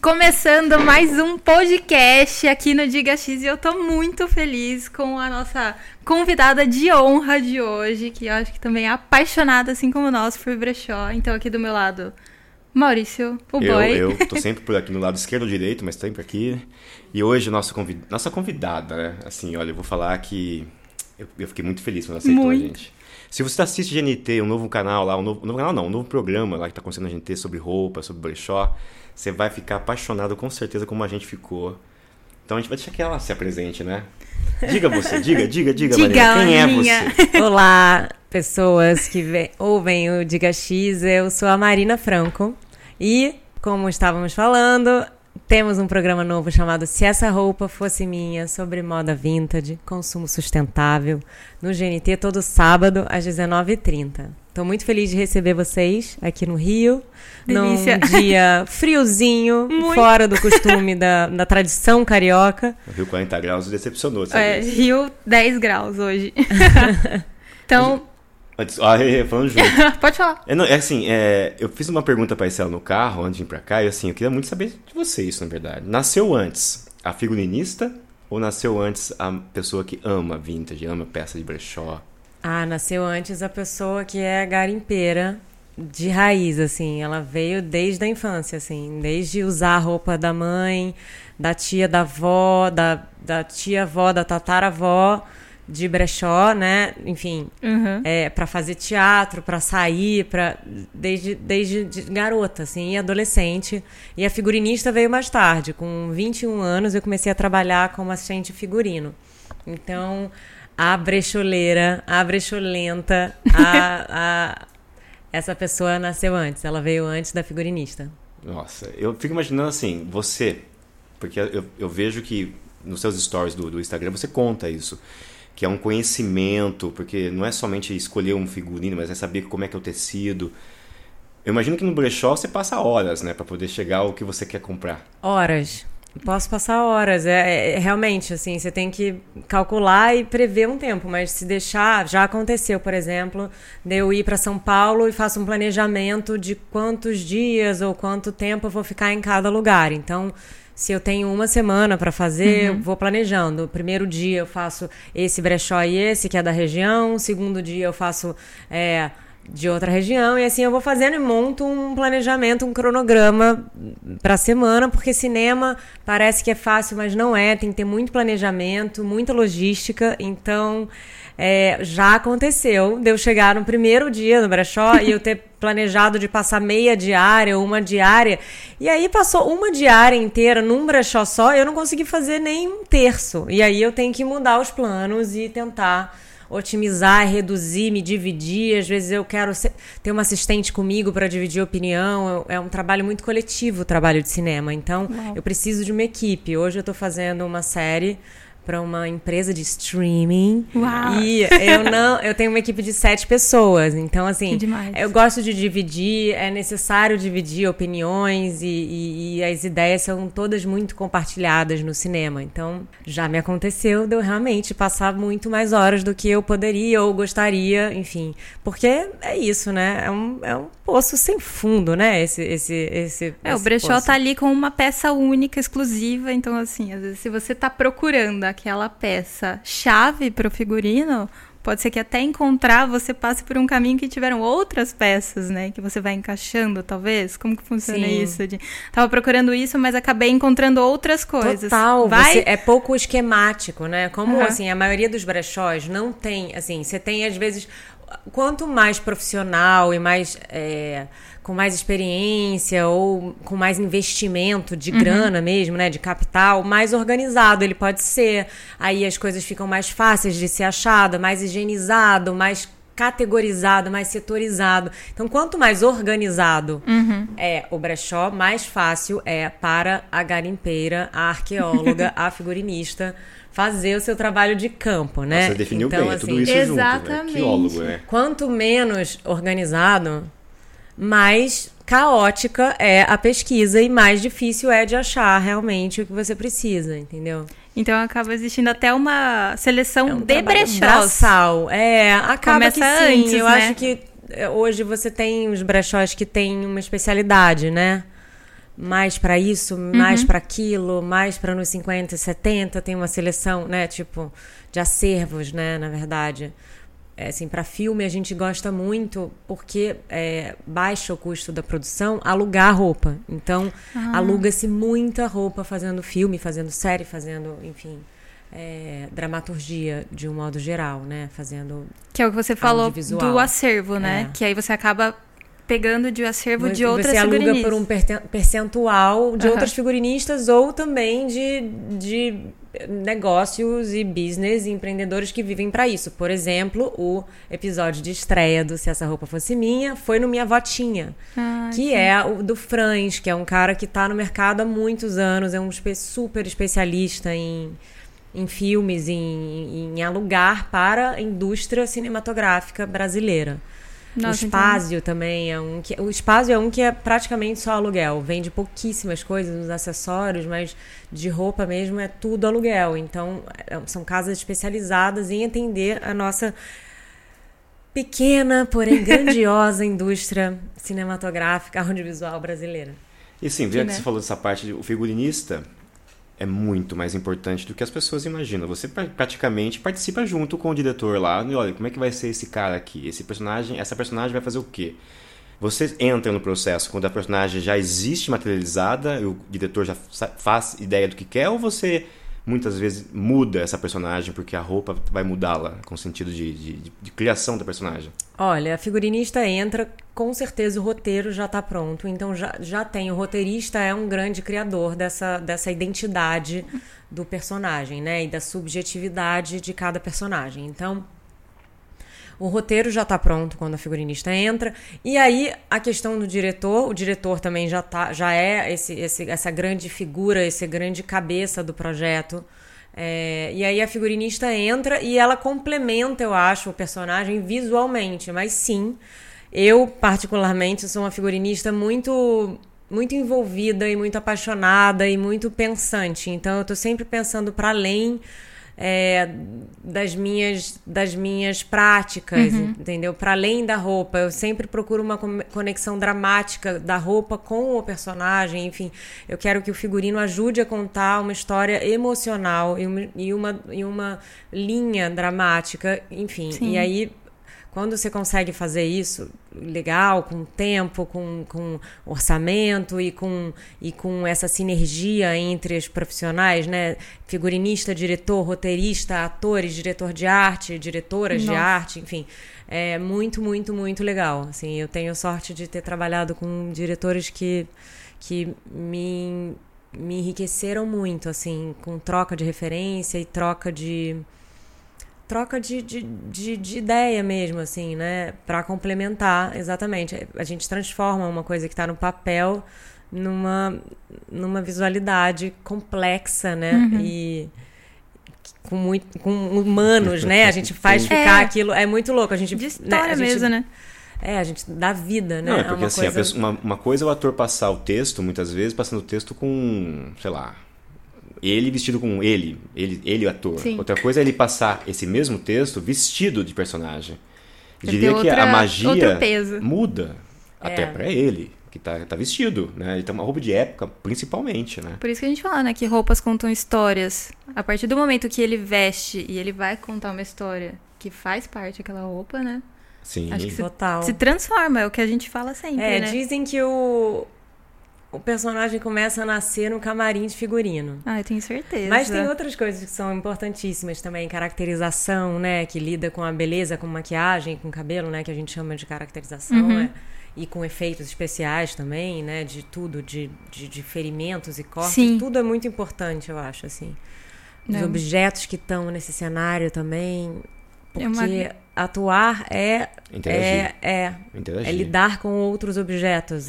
Começando mais um podcast aqui no Diga X e eu tô muito feliz com a nossa convidada de honra de hoje, que eu acho que também é apaixonada, assim como nós, por brechó. Então aqui do meu lado, Maurício, o boy. Eu tô sempre por aqui no lado esquerdo ou direito, mas sempre aqui. E hoje nossa convidada, né? Assim, olha, eu vou falar que eu fiquei muito feliz quando ela aceitou a gente. Se você assiste GNT, um novo canal lá, um novo programa lá que tá acontecendo na GNT sobre roupa, sobre brechó, você vai ficar apaixonado com certeza como a gente ficou. Então a gente vai deixar que ela se apresente, né? Diga, Marina, quem é você? Olá, pessoas que ouvem o Diga X, eu sou a Marina Franco e, como estávamos falando, temos um programa novo chamado Se Essa Roupa Fosse Minha, sobre moda vintage, consumo sustentável, no GNT todo sábado às 19h30. Estou muito feliz de receber vocês aqui no Rio, Delícia. num dia friozinho, fora do costume da tradição carioca. O Rio 40 graus decepcionou. Rio 10 graus hoje. Então... Falando junto. Pode falar. Eu fiz uma pergunta pra Estela no carro antes de ir pra cá e eu queria muito saber de você isso, na verdade. Nasceu antes a figurinista ou nasceu antes a pessoa que ama vintage, ama peça de brechó? Nasceu antes a pessoa que é garimpeira de raiz, assim. Ela veio desde a infância, assim. Desde usar a roupa da mãe, da tia, da avó, da tia-avó, da tataravó, de brechó, né? Enfim, pra fazer teatro, pra sair, desde garota, assim, e adolescente. E a figurinista veio mais tarde. Com 21 anos, eu comecei a trabalhar como assistente de figurino. Então... a brecholeira, a brecholenta, essa pessoa nasceu antes, ela veio antes da figurinista. Nossa, eu fico imaginando assim, você, porque eu vejo que nos seus stories do Instagram você conta isso, que é um conhecimento, porque não é somente escolher um figurino, mas é saber como é que é o tecido. Eu imagino que no brechó você passa horas, né, para poder chegar ao que você quer comprar. Horas. Posso passar horas, realmente, assim, você tem que calcular e prever um tempo, mas se deixar, já aconteceu, por exemplo, de eu ir para São Paulo e faço um planejamento de quantos dias ou quanto tempo eu vou ficar em cada lugar. Então, se eu tenho uma semana para fazer, eu vou planejando. O primeiro dia eu faço esse brechó e esse, que é da região, o segundo dia eu faço... de outra região, e assim eu vou fazendo e monto um planejamento, um cronograma pra semana, porque cinema parece que é fácil, mas não é, tem que ter muito planejamento, muita logística, então já aconteceu de eu chegar no primeiro dia no brechó e eu ter planejado de passar meia diária ou uma diária, e aí passou uma diária inteira num brechó só, eu não consegui fazer nem um terço, e aí eu tenho que mudar os planos e tentar otimizar, reduzir, me dividir. Às vezes eu quero ter uma assistente comigo para dividir opinião. É um trabalho muito coletivo, o trabalho de cinema. Então, eu preciso de uma equipe. Hoje eu estou fazendo uma série para uma empresa de streaming. Uau. E eu tenho uma equipe de 7 pessoas. Então, assim, eu gosto de dividir, é necessário dividir opiniões e as ideias são todas muito compartilhadas no cinema. Então, já me aconteceu de eu realmente passar muito mais horas do que eu poderia ou gostaria, enfim. Porque é isso, né? É um poço sem fundo, né? O brechó tá ali com uma peça única, exclusiva. Então, assim, às vezes, se você tá procurando aquela peça chave para o figurino, pode ser que até encontrar você passe por um caminho que tiveram outras peças, né? Que você vai encaixando, talvez. Como que funciona isso? Tava procurando isso, mas acabei encontrando outras coisas. Total. É pouco esquemático, né? Como, assim, a maioria dos brechós não tem, assim, você tem, às vezes... Quanto mais profissional e mais com mais experiência ou com mais investimento de grana mesmo, né, de capital, mais organizado ele pode ser. Aí as coisas ficam mais fáceis de ser achado, mais higienizado, mais categorizado, mais setorizado. Então, quanto mais organizado é o brechó, mais fácil é para a garimpeira, a arqueóloga, a figurinista fazer o seu trabalho de campo, né? Você definiu então, bem, é assim, tudo isso exatamente. Junto, né? Arqueólogo, né? Quanto menos organizado, mais caótica é a pesquisa e mais difícil é de achar realmente o que você precisa, entendeu? Então acaba existindo até uma seleção de brechós. Braçal. Acaba Começa que sim. antes, eu né? acho que hoje você tem os brechós que têm uma especialidade, né? mais para isso, mais para aquilo, mais para nos 50 e 70, tem uma seleção, né, tipo, de acervos, né, na verdade. Assim, para filme a gente gosta muito porque baixa o custo da produção alugar roupa. Então, aluga-se muita roupa fazendo filme, fazendo série, fazendo, enfim, dramaturgia de um modo geral, né, fazendo que é o que você falou do acervo, né, que aí você acaba pegando de acervo de outras figurinistas. Você aluga por um percentual de outras figurinistas ou também de negócios e business e empreendedores que vivem para isso. Por exemplo, o episódio de estreia do Se Essa Roupa Fosse Minha foi no Minha Votinha, que é o do Franz, que é um cara que está no mercado há muitos anos, é um super especialista em filmes, em alugar para a indústria cinematográfica brasileira. Nossa, o Spazio também é um que... O Spazio é um que é praticamente só aluguel. Vende pouquíssimas coisas nos acessórios, mas de roupa mesmo é tudo aluguel. Então, são casas especializadas em atender a nossa pequena, porém grandiosa indústria cinematográfica audiovisual brasileira. E sim, já que você falou dessa parte, o figurinista é muito mais importante do que as pessoas imaginam. Você praticamente participa junto com o diretor lá. E olha, como é que vai ser esse cara aqui? Essa personagem vai fazer o quê? Você entra no processo quando a personagem já existe materializada e o diretor já faz ideia do que quer, ou você muitas vezes muda essa personagem porque a roupa vai mudá-la com o sentido de criação da personagem? Olha, a figurinista entra, com certeza o roteiro já está pronto, então já tem, o roteirista é um grande criador dessa identidade do personagem, né, e da subjetividade de cada personagem. Então, o roteiro já está pronto quando a figurinista entra, e aí a questão do diretor, o diretor também já é essa grande figura, essa grande cabeça do projeto. E aí a figurinista entra e ela complementa, eu acho, o personagem visualmente, mas sim, eu particularmente sou uma figurinista muito, muito envolvida e muito apaixonada e muito pensante, então eu tô sempre pensando para além das minhas práticas, entendeu? Para além da roupa, eu sempre procuro uma conexão dramática da roupa com o personagem, enfim, eu quero que o figurino ajude a contar uma história emocional e uma linha dramática, enfim. Sim. E aí, quando você consegue fazer isso legal, com tempo, com orçamento e com essa sinergia entre os profissionais, né? Figurinista, diretor, roteirista, atores, diretor de arte, diretoras de arte, enfim. É muito, muito, muito legal. Assim, eu tenho sorte de ter trabalhado com diretores que me enriqueceram muito, assim, com troca de referência e troca de ideia mesmo, assim, né? Para complementar, exatamente. A gente transforma uma coisa que está no papel numa visualidade complexa, né? E com humanos, né? A gente faz ficar aquilo... É muito louco. A gente, de história mesmo, né? A gente dá vida, né? Não, é porque assim, uma coisa é o ator passar o texto, muitas vezes, passando o texto com, sei lá... Ele vestido com ele o ator. Sim. Outra coisa é ele passar esse mesmo texto vestido de personagem. Eu diria que a magia muda até pra ele, que tá vestido, né? Ele tem uma roupa de época, principalmente, né? Por isso que a gente fala, né? Que roupas contam histórias. A partir do momento que ele veste e ele vai contar uma história que faz parte daquela roupa, né? Sim. Acho que se transforma, é o que a gente fala sempre, né? Dizem que o personagem começa a nascer no camarim de figurino. Eu tenho certeza. Mas tem outras coisas que são importantíssimas também. Caracterização, né? Que lida com a beleza, com maquiagem, com cabelo, né? Que a gente chama de caracterização, né? E com efeitos especiais também, né? De tudo, de ferimentos e cortes. Sim. Tudo é muito importante, eu acho, assim. Os objetos que estão nesse cenário também. Porque atuar é lidar com outros objetos.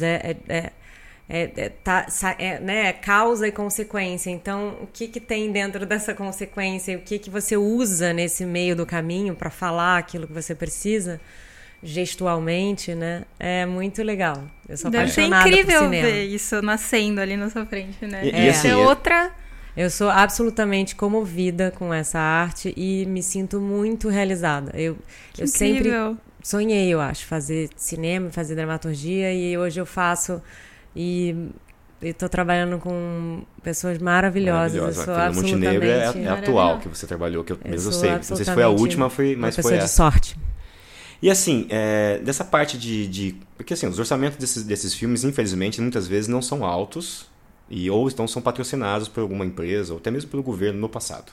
Né, causa e consequência. Então, o que tem dentro dessa consequência? O que você usa nesse meio do caminho para falar aquilo que você precisa gestualmente, né? É muito legal. Eu sou apaixonada por cinema. Deve ser incrível ver isso nascendo ali na sua frente, né? E assim, eu sou absolutamente comovida com essa arte e me sinto muito realizada. Eu sempre sonhei, eu acho, fazer cinema, fazer dramaturgia, e hoje eu faço. E tô trabalhando com pessoas maravilhosas. Eu sou a Montenegro é a atual que você trabalhou, que eu mesmo sei. Não sei se foi a última, mas foi essa. De sorte. E assim, dessa parte porque assim, os orçamentos desses filmes, infelizmente, muitas vezes não são altos, ou então são patrocinados por alguma empresa, ou até mesmo pelo governo no passado.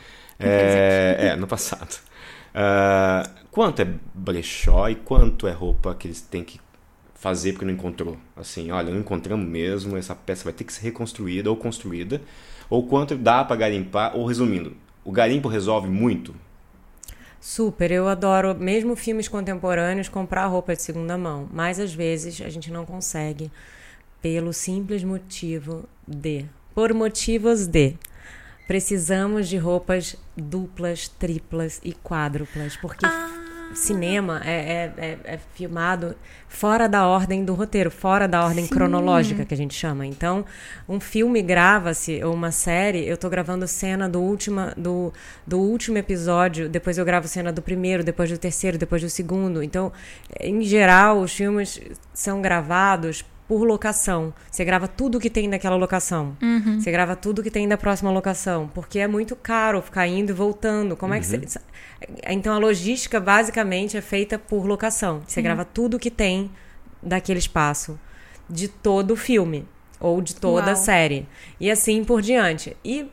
No passado. Quanto é brechó e quanto é roupa que eles têm que fazer porque não encontrou? Assim, olha, não encontramos mesmo, essa peça vai ter que ser reconstruída ou construída, ou quanto dá para garimpar, ou resumindo, o garimpo resolve muito? Super, eu adoro, mesmo filmes contemporâneos, comprar roupa de segunda mão, mas às vezes a gente não consegue, pelo simples motivo por motivos de, precisamos de roupas duplas, triplas e quádruplas, porque cinema é filmado fora da ordem do roteiro, fora da ordem cronológica que a gente chama. Então, um filme grava-se, ou uma série, eu tô gravando cena do último episódio, depois eu gravo cena do primeiro, depois do terceiro, depois do segundo. Então, em geral, os filmes são gravados por locação. Você grava tudo que tem daquela locação. Você grava tudo que tem da próxima locação. Porque é muito caro ficar indo e voltando. Como é que você... Então, a logística, basicamente, é feita por locação. Você grava tudo que tem daquele espaço. De todo o filme. Ou de toda a série. E assim por diante. E,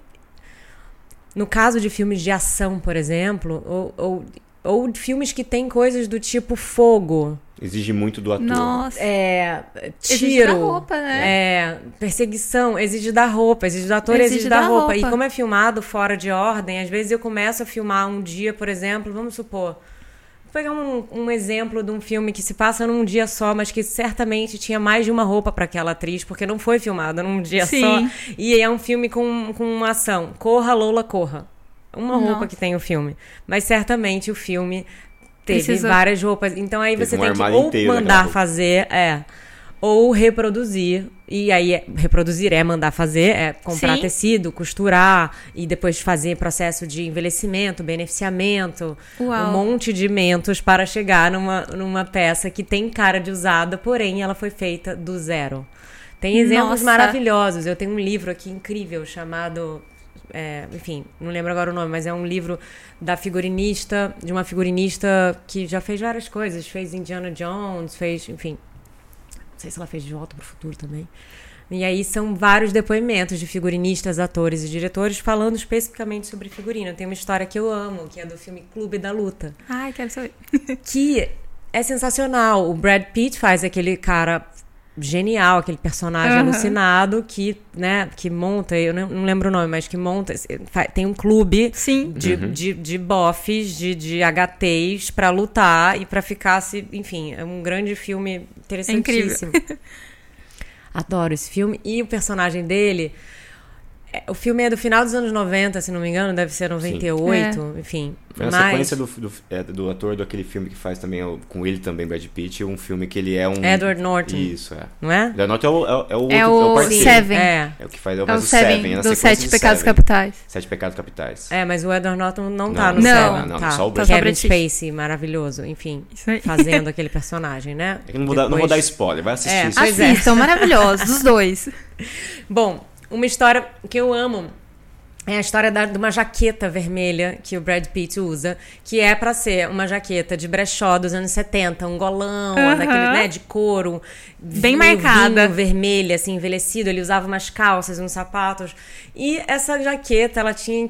no caso de filmes de ação, por exemplo, ou de filmes que tem coisas do tipo fogo... Exige muito do ator. Nossa. Tiro. Exige da roupa, né? Perseguição. Exige da roupa. Exige do ator, exige da roupa. E como é filmado fora de ordem, às vezes eu começo a filmar um dia, por exemplo, vamos supor... Vou pegar um exemplo de um filme que se passa num dia só, mas que certamente tinha mais de uma roupa para aquela atriz, porque não foi filmado num dia só. E é um filme com uma ação. Corra, Lola, corra. Uma roupa que tem o filme. Mas certamente o filme... Teve várias roupas. Então aí você tem que ou mandar fazer, ou reproduzir. E aí reproduzir é mandar fazer, é comprar tecido, costurar e depois fazer processo de envelhecimento, beneficiamento, um monte de mentos para chegar numa peça que tem cara de usada, porém ela foi feita do zero. Tem exemplos maravilhosos. Eu tenho um livro aqui incrível chamado... enfim, não lembro agora o nome, mas é um livro de uma figurinista que já fez várias coisas, fez Indiana Jones, enfim, não sei se ela fez De Volta para o Futuro também. E aí são vários depoimentos de figurinistas, atores e diretores falando especificamente sobre figurino. Tem uma história que eu amo, que é do filme Clube da Luta. Ai, quero saber. Que é sensacional. O Brad Pitt faz aquele cara... genial, aquele personagem alucinado que monta, eu não lembro o nome, mas que monta, tem um clube de bofes, de HTs pra lutar e pra ficar, enfim, é um grande filme interessantíssimo. É adoro esse filme. E o personagem dele, o filme é do final dos anos 90, se não me engano, deve ser 98, enfim. Foi na sequência do ator daquele filme que faz também, com ele também, Brad Pitt, um filme que ele é um... Edward Norton. Isso, Não é? Edward Norton é o parceiro. Seven. É o que faz o Seven, dos Sete Pecados Capitais. Sete Pecados Capitais. Mas o Edward Norton não tá no Seven. Não, só o Brad Pitt. Kevin Spacey, maravilhoso, enfim, fazendo aquele personagem, né? Eu não vou dar spoiler, vai assistir. Assistam, maravilhosos, os dois. Bom, uma história que eu amo é a história de uma jaqueta vermelha que o Brad Pitt usa, que é pra ser uma jaqueta de brechó dos anos 70, um golão, daquele, de couro, bem marcada, vermelha, assim, envelhecido. Ele usava umas calças, uns sapatos. E essa jaqueta, ela tinha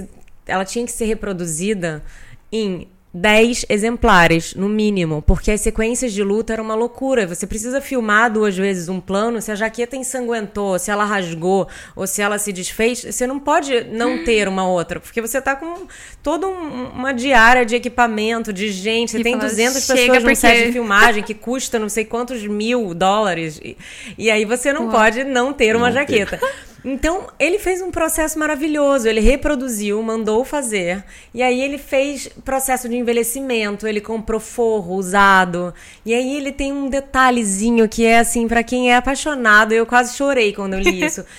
que ser reproduzida em 10 exemplares, no mínimo, porque as sequências de luta eram uma loucura. Você precisa filmar 2 vezes um plano. Se a jaqueta ensanguentou, se ela rasgou ou se ela se desfez, você não pode não ter uma outra, porque você tá com toda uma diária de equipamento, de gente. Você tem 200 pessoas no set de filmagem que custa não sei quantos $1.000 e aí você não pode não ter uma jaqueta. Então, ele fez um processo maravilhoso. Ele reproduziu, mandou fazer. E aí ele fez processo de envelhecimento. Ele comprou forro usado. E aí ele tem um detalhezinho que é assim, pra quem é apaixonado. Eu quase chorei quando eu li isso.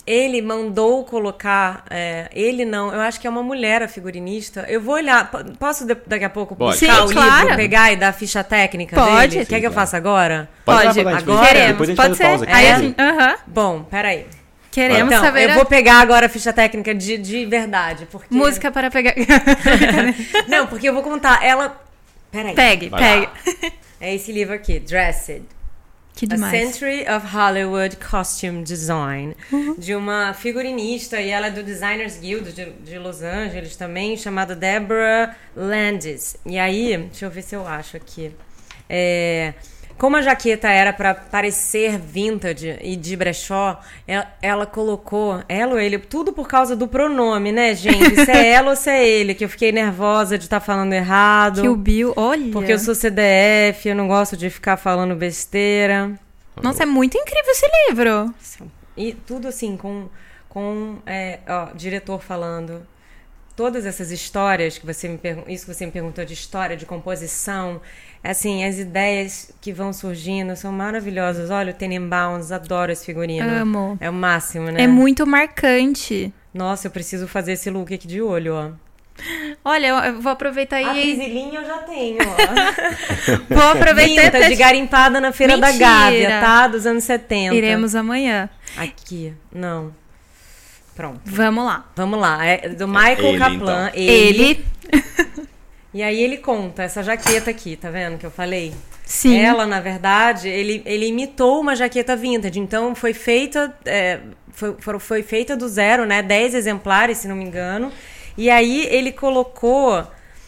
Ele mandou colocar... ele não, eu acho que é uma mulher a figurinista. Eu vou olhar... Posso daqui a pouco buscar o livro, pegar e dar a ficha técnica dele? Quer que eu faça agora? Pode. Agora? Depois a gente faz pausa aqui. Bom, peraí. Queremos então, saber. Eu vou pegar agora a ficha técnica de verdade. Porque... Música para pegar. Não, porque eu vou contar. Ela... Peraí. Pegue. É esse livro aqui, Dressed. Que demais. A Century of Hollywood Costume Design. De uma figurinista, e ela é do Designers Guild de Los Angeles também, chamada Deborah Landis. E aí, deixa eu ver se eu acho aqui. Como a jaqueta era para parecer vintage e de brechó, ela colocou ela ou ele, tudo por causa do pronome, né, gente? Se é ela ou se é ele, que eu fiquei nervosa de estar falando errado. Que o Bill, olha. Porque eu sou CDF, eu não gosto de ficar falando besteira. Nossa, é muito incrível esse livro. E tudo assim, com diretor falando. Todas essas histórias que você me perguntou de história, de composição, assim, as ideias que vão surgindo são maravilhosas. Olha, o Tenenbaums, adoro esse figurino. Amo. É o máximo, né? É muito marcante. Nossa, eu preciso fazer esse look aqui de olho, ó. Olha, eu vou aproveitar aí. A prisilinha eu já tenho, ó. Vou aproveitar de garimpada na Feira da Gávea, tá? Dos anos 70. Iremos amanhã. Aqui, não. Pronto. Vamos lá. É do Michael Kaplan. Então. Ele. E aí ele conta essa jaqueta aqui, tá vendo que eu falei? Sim. Ela, na verdade, ele imitou uma jaqueta vintage. Então foi feita foi feita do zero, né? 10 exemplares, se não me engano. E aí ele colocou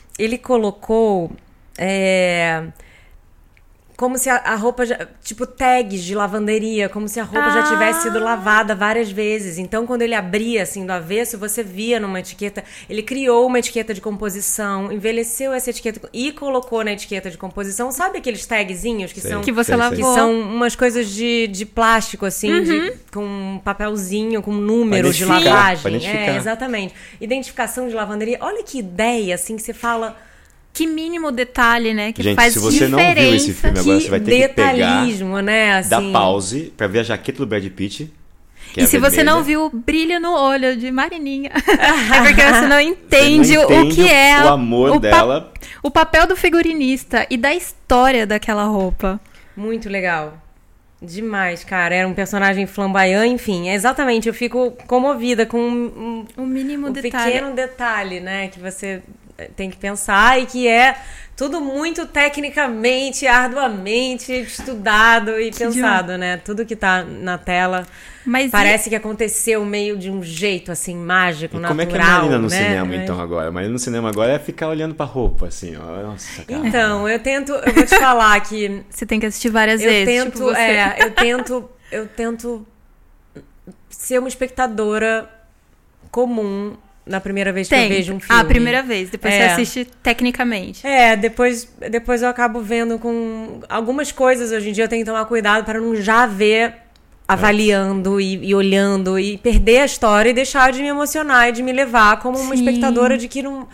como se a roupa, tipo tags de lavanderia, como se a roupa já tivesse sido lavada várias vezes. Então, quando ele abria, assim, do avesso, você via numa etiqueta, ele criou uma etiqueta de composição, envelheceu essa etiqueta e colocou na etiqueta de composição, sabe aqueles tagzinhos que são... Que você lavou. Que são umas coisas de plástico, assim, com um papelzinho, com um número de lavagem. Exatamente. Identificação de lavanderia. Olha que ideia, assim, que você fala... Que mínimo detalhe, né? Que gente, faz se você diferença. não viu esse filme agora, você vai ter que pegar, né? Assim... dar pause pra ver a jaqueta do Brad Pitt. E se você não viu o brilho no olho de Marininha, é porque você não entende o que é o amor dela. O papel do figurinista e da história daquela roupa. Muito legal. Demais, cara. Era um personagem flamboyant, enfim. Exatamente, eu fico comovida com um mínimo detalhe. Pequeno detalhe, né? Que você tem que pensar e que é tudo muito tecnicamente, arduamente estudado e pensado, né? Tudo que tá na tela parece que aconteceu meio de um jeito, assim, mágico, natural. Como é que é a Marina no né? cinema, então, agora? A Marina no cinema agora é ficar olhando pra roupa, assim, ó. Nossa, cara. Então, eu vou te falar que... Você tem que assistir várias vezes, tipo você. Eu tento ser uma espectadora comum na primeira vez que eu vejo um filme. A primeira vez, depois você assiste tecnicamente. Depois eu acabo vendo com algumas coisas. Hoje em dia eu tenho que tomar cuidado para não já ver avaliando e olhando e perder a história e deixar de me emocionar e de me levar como uma espectadora de que não...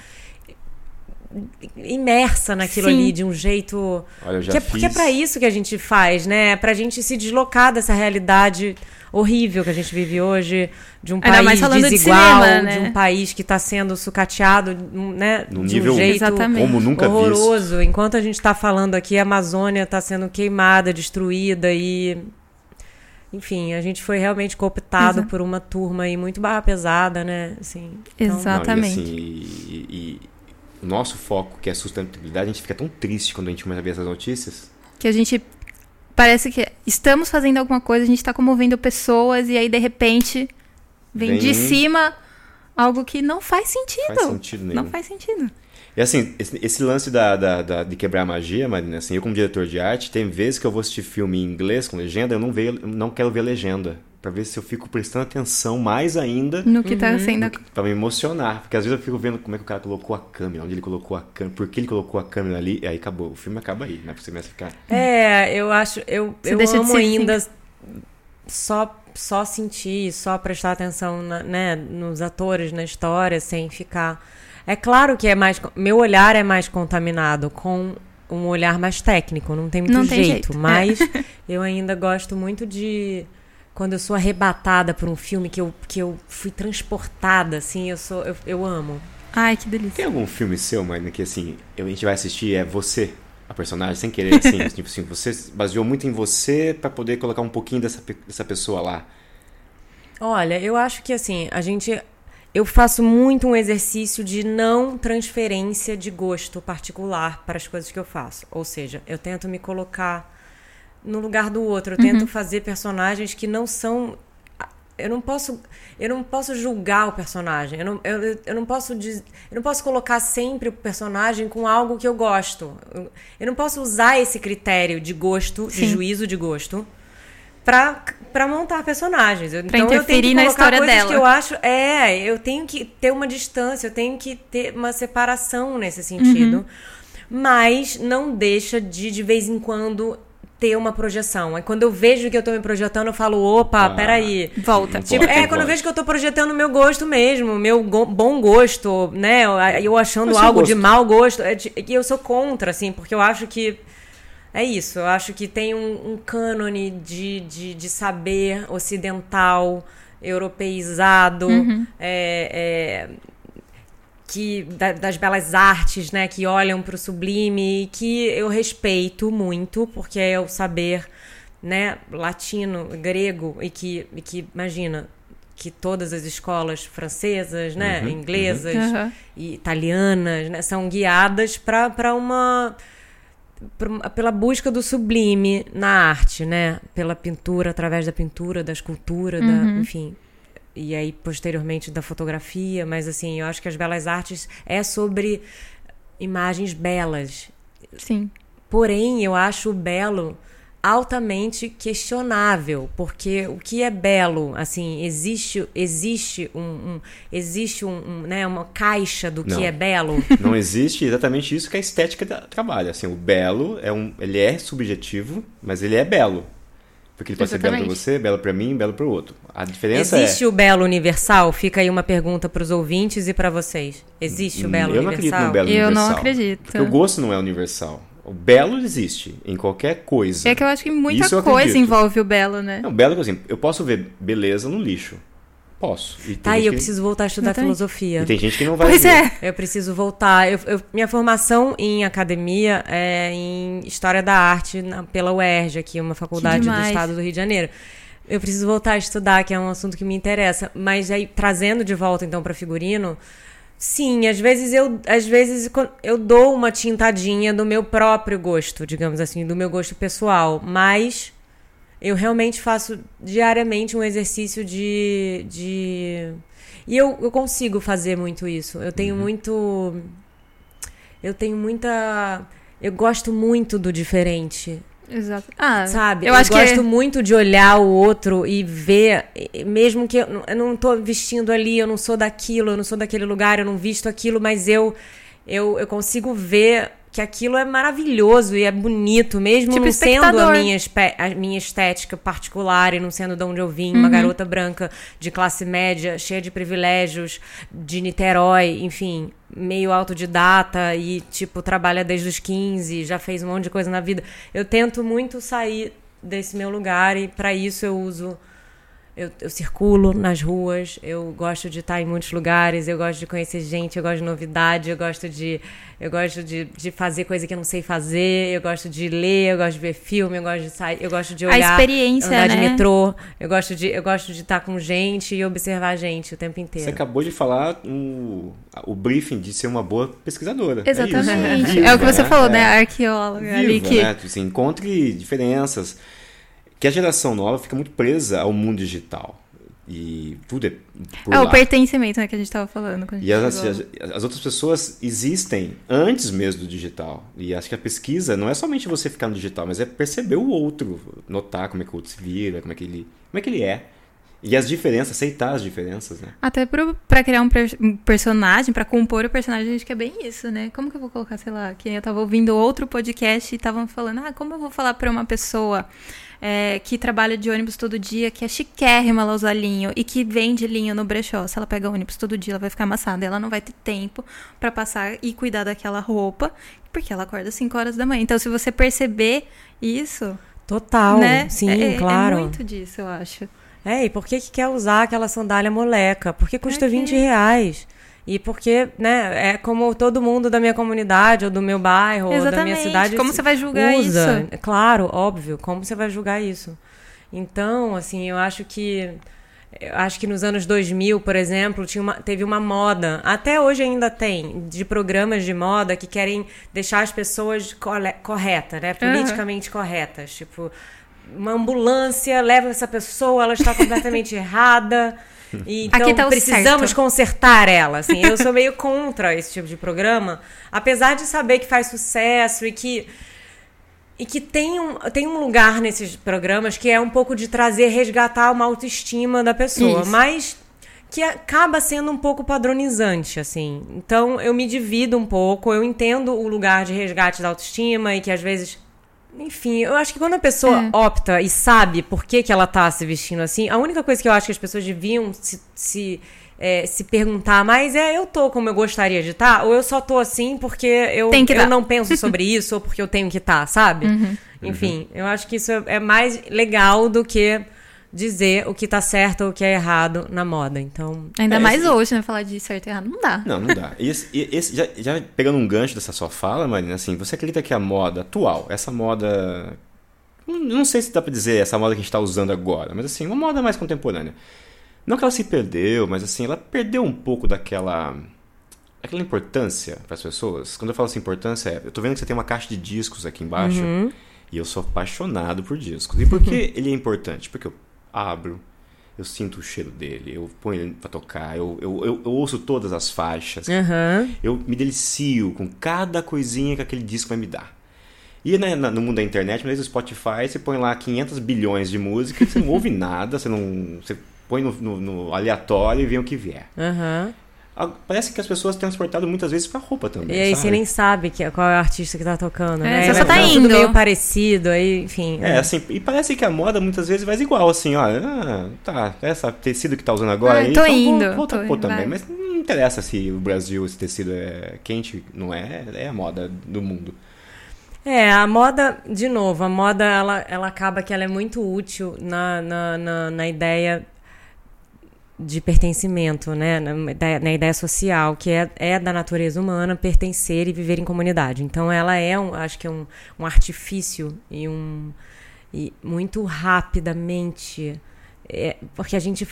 imersa naquilo ali de um jeito... Olha, eu já porque é pra isso que a gente faz, né? É pra gente se deslocar dessa realidade horrível que a gente vive hoje, de um país desigual, de cinema, né? De um país que está sendo sucateado, né? Num de nível um jeito como nunca horroroso. Enquanto a gente está falando aqui, a Amazônia está sendo queimada, destruída e... Enfim, a gente foi realmente cooptado por uma turma aí muito barra pesada, né? Assim, então... Exatamente. Não, e o nosso foco, que é a sustentabilidade, a gente fica tão triste quando a gente começa a ver essas notícias. Que a gente... Parece que estamos fazendo alguma coisa, a gente está comovendo pessoas e aí, de repente, vem de cima algo que não faz sentido. Faz sentido nenhum. Não faz sentido. E assim, esse lance de quebrar a magia, Marina, assim, eu como diretor de arte, tem vezes que eu vou assistir filme em inglês com legenda, eu não quero ver legenda. Pra ver se eu fico prestando atenção mais ainda no que tá sendo... Pra me emocionar. Porque às vezes eu fico vendo como é que o cara colocou a câmera, onde ele colocou a câmera, por que ele colocou a câmera ali, e aí acabou. O filme acaba aí, né? Pra você começar a ficar... Eu acho... Eu amo ainda só sentir, só prestar atenção né, nos atores, na história, sem ficar... É claro que meu olhar é mais contaminado com um olhar mais técnico, não tem muito jeito. Mas eu ainda gosto muito de quando eu sou arrebatada por um filme que eu fui transportada, assim, eu amo. Ai, que delícia. Tem algum filme seu, Marina, que assim, a gente vai assistir, é você, a personagem, sem querer, assim, tipo assim, você baseou muito em você pra poder colocar um pouquinho dessa pessoa lá? Olha, eu acho que assim, eu faço muito um exercício de não transferência de gosto particular para as coisas que eu faço. Ou seja, eu tento me colocar no lugar do outro. Eu tento fazer personagens que não são... Eu não posso julgar o personagem. Eu não posso colocar sempre o personagem com algo que eu gosto. Eu não posso usar esse critério de gosto, de juízo de gosto, pra montar personagens. Pra então interferir na história dela. Que eu acho, eu tenho que ter uma distância, eu tenho que ter uma separação nesse sentido, mas não deixa de vez em quando ter uma projeção. Aí quando eu vejo que eu tô me projetando, eu falo, opa, peraí. Volta. Tipo, quando eu vejo que eu tô projetando o meu gosto mesmo, meu bom gosto, né? Eu achando algo de mau gosto. E eu sou contra, assim, porque eu acho que é isso. Eu acho que tem um cânone de saber ocidental, europeizado, das belas artes, né, que olham para o sublime, que eu respeito muito, porque é o saber, né, latino, grego, e que imagina, que todas as escolas francesas, né, inglesas e italianas, né, são guiadas pela busca do sublime na arte, né, pela pintura, através da pintura, da escultura, enfim... E aí, posteriormente, da fotografia. Mas, assim, eu acho que as belas artes é sobre imagens belas. Sim. Porém, eu acho o belo altamente questionável. Porque o que é belo? Assim, existe né, uma caixa do que é belo? Não existe exatamente isso que a estética trabalha. Assim, o belo, ele é subjetivo, mas ele é belo. Porque ele pode ser belo pra você, belo pra mim, belo pro outro. A diferença Existe o belo universal? Fica aí uma pergunta pros ouvintes e pra vocês. Existe o belo universal? Eu não acredito no belo universal. Eu não acredito. Porque o gosto não é universal. O belo existe em qualquer coisa. É que eu acho que muita coisa envolve o belo, né? Não, belo, por exemplo, eu posso ver beleza no lixo. Posso. Eu preciso voltar a estudar filosofia. E tem gente que não vai ver. Eu preciso voltar. Minha formação em academia é em História da Arte pela UERJ, aqui, uma faculdade do estado do Rio de Janeiro. Eu preciso voltar a estudar, que é um assunto que me interessa. Mas aí, trazendo de volta, então, para figurino, sim, às vezes eu dou uma tintadinha do meu próprio gosto, digamos assim, do meu gosto pessoal, mas... Eu realmente faço diariamente um exercício de... E eu consigo fazer muito isso. Eu tenho muita... Eu gosto muito do diferente. Exato. Sabe? Eu gosto muito de olhar o outro e ver, mesmo que eu não tô vestindo ali, eu não sou daquilo, eu não sou daquele lugar, eu não visto aquilo, mas eu consigo ver... que aquilo é maravilhoso e é bonito, mesmo não sendo a minha estética particular e não sendo de onde eu vim, uma garota branca de classe média, cheia de privilégios, de Niterói, enfim, meio autodidata e, trabalha desde os 15, já fez um monte de coisa na vida. Eu tento muito sair desse meu lugar e, para isso, eu uso... Eu circulo nas ruas, eu gosto de estar em muitos lugares, eu gosto de conhecer gente, eu gosto de novidade, eu gosto de fazer coisa que eu não sei fazer, eu gosto de ler, eu gosto de ver filme, eu gosto de sair, eu gosto de olhar, a experiência, andar né? de metrô, eu gosto de estar com gente e observar gente o tempo inteiro. Você acabou de falar o briefing de ser uma boa pesquisadora. Exatamente. É o que você falou, né? A arqueóloga ali que... né? Você encontre diferenças. Que a geração nova fica muito presa ao mundo digital. E tudo é por lá. O pertencimento, né, que a gente estava falando. E as outras pessoas existem antes mesmo do digital. E acho que a pesquisa não é somente você ficar no digital, mas é perceber o outro, notar como é que o outro se vira, como é que ele é. E as diferenças, aceitar as diferenças, né? Até pra criar um personagem, pra compor o personagem, a gente quer bem isso, né? Como que eu vou colocar, sei lá, que eu tava ouvindo outro podcast e estavam falando, como eu vou falar pra uma pessoa que trabalha de ônibus todo dia, que é chiquérrima, ela usa linho e que vende linho no brechó. Se ela pega ônibus todo dia, ela vai ficar amassada, ela não vai ter tempo pra passar e cuidar daquela roupa, porque ela acorda às 5 horas da manhã. Então, se você perceber isso... Total, né? sim, claro. É muito disso, eu acho. E por que quer usar aquela sandália moleca? Porque custa R$20. E porque, né, é como todo mundo da minha comunidade, ou do meu bairro, ou da minha cidade como você vai julgar isso? Claro, óbvio, como você vai julgar isso? Então, assim, eu acho que nos anos 2000, por exemplo, teve uma moda, até hoje ainda tem, de programas de moda que querem deixar as pessoas corretas, né, politicamente corretas. Tipo, uma ambulância leva essa pessoa, ela está completamente errada... Então tá precisamos consertar ela, assim. Eu sou meio contra esse tipo de programa, apesar de saber que faz sucesso e que tem um lugar nesses programas que é um pouco de resgatar uma autoestima da pessoa. Isso. Mas que acaba sendo um pouco padronizante, assim. Então eu me divido um pouco, eu entendo o lugar de resgate da autoestima e que às vezes... Enfim, eu acho que quando a pessoa opta e sabe por que ela tá se vestindo assim, a única coisa que eu acho que as pessoas deviam se perguntar mais eu tô como eu gostaria de estar, ou eu só tô assim porque eu não penso sobre isso, ou porque eu tenho que estar, sabe? Enfim, eu acho que isso é mais legal do que dizer o que tá certo ou o que é errado na moda. Então, ainda mais hoje, né? Falar de certo e errado. Não dá. Não dá. Já pegando um gancho dessa sua fala, Marina, assim, você acredita que a moda atual, essa moda... Não sei se dá pra dizer essa moda que a gente tá usando agora, mas assim, uma moda mais contemporânea. Não que ela se perdeu, mas assim, ela perdeu um pouco daquela importância para as pessoas. Quando eu falo assim, importância, eu tô vendo que você tem uma caixa de discos aqui embaixo, e eu sou apaixonado por discos. E por que ele é importante? Porque eu abro, eu sinto o cheiro dele, eu ponho ele pra tocar, eu ouço todas as faixas, eu me delicio com cada coisinha que aquele disco vai me dar. E no mundo da internet, no Spotify, você põe lá 500 bilhões de música e você não ouve nada, você põe no aleatório e vê o que vier. Parece que as pessoas têm transportado muitas vezes pra roupa também. E aí você nem sabe qual é o artista que tá tocando, né? Você só tá indo. Tudo meio parecido, aí, enfim. Assim, e parece que a moda muitas vezes vai igual, assim, olha, essa tecido que tá usando agora aí, tô indo. Vou pôr também. Mas não interessa se o Brasil, esse tecido é quente, não é a moda do mundo. A moda, de novo, ela acaba que ela é muito útil na ideia de pertencimento, né? Na ideia social, que é da natureza humana pertencer e viver em comunidade. Então ela acho que é um artifício e muito rapidamente, porque a gente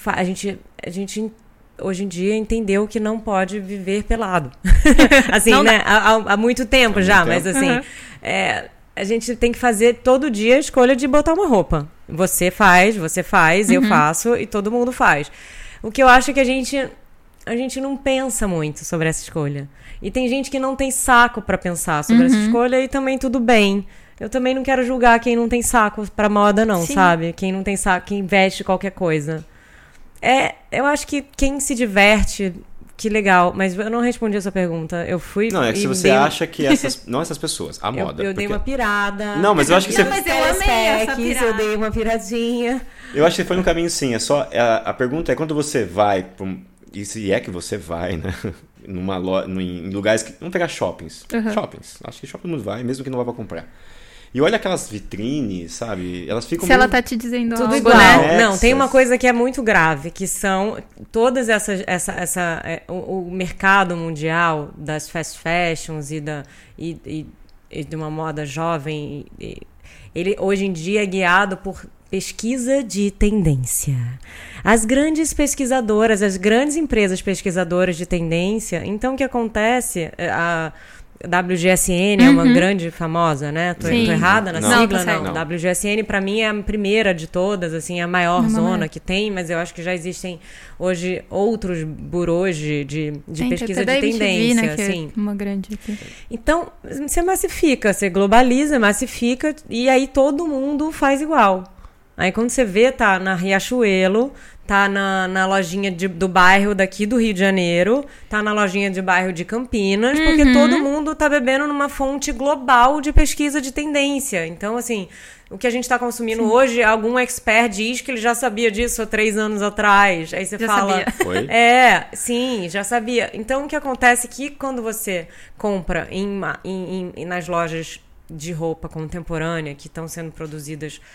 hoje em dia entendeu que não pode viver pelado. Assim, não, né? Há muito tempo já, mas assim, a gente tem que fazer todo dia a escolha de botar uma roupa. Você faz, eu faço e todo mundo faz. O que eu acho é que a gente não pensa muito sobre essa escolha. E tem gente que não tem saco pra pensar sobre essa escolha e também tudo bem. Eu também não quero julgar quem não tem saco pra moda, não, sabe? Quem não tem saco, quem veste qualquer coisa. Eu acho que quem se diverte, que legal. Mas eu não respondi a sua pergunta. Eu fui... Não, é que se você acha que não essas pessoas, a moda. Eu dei uma pirada. Não, mas eu acho que você... Mas eu amei essa pirada. Eu dei uma piradinha. Eu acho que você foi no caminho, sim. A pergunta é quando você vai... E se é que você vai, né? Em lugares que... Vamos pegar shoppings. Shoppings. Acho que shopping não vai, mesmo que não vá pra comprar. E olha aquelas vitrines, sabe? Elas ficam... Se ela tá te dizendo tudo algo, igual. né? Não, tem uma coisa que é muito grave, que são todas o mercado mundial das fast fashions e de uma moda jovem. Ele hoje em dia é guiado por pesquisa de tendência. As grandes pesquisadoras, as grandes empresas pesquisadoras de tendência, então o que acontece... A WGSN é uma grande famosa, né? Tô errada na sigla? Não. WGSN pra mim é a primeira de todas, assim, a maior zona que tem, mas eu acho que já existem hoje outros burôs de pesquisa de tendência, né, assim. É uma grande aqui. Então, você massifica, você globaliza, massifica, e aí todo mundo faz igual. Aí quando você vê, tá na Riachuelo, tá na lojinha do bairro daqui do Rio de Janeiro, tá na lojinha de bairro de Campinas, porque todo mundo tá bebendo numa fonte global de pesquisa de tendência. Então, assim, o que a gente tá consumindo hoje, algum expert diz que ele já sabia disso há 3 anos atrás. Aí você fala... Sabia. Foi? Sim, já sabia. Então, o que acontece é que quando você compra nas lojas de roupa contemporânea que estão sendo produzidas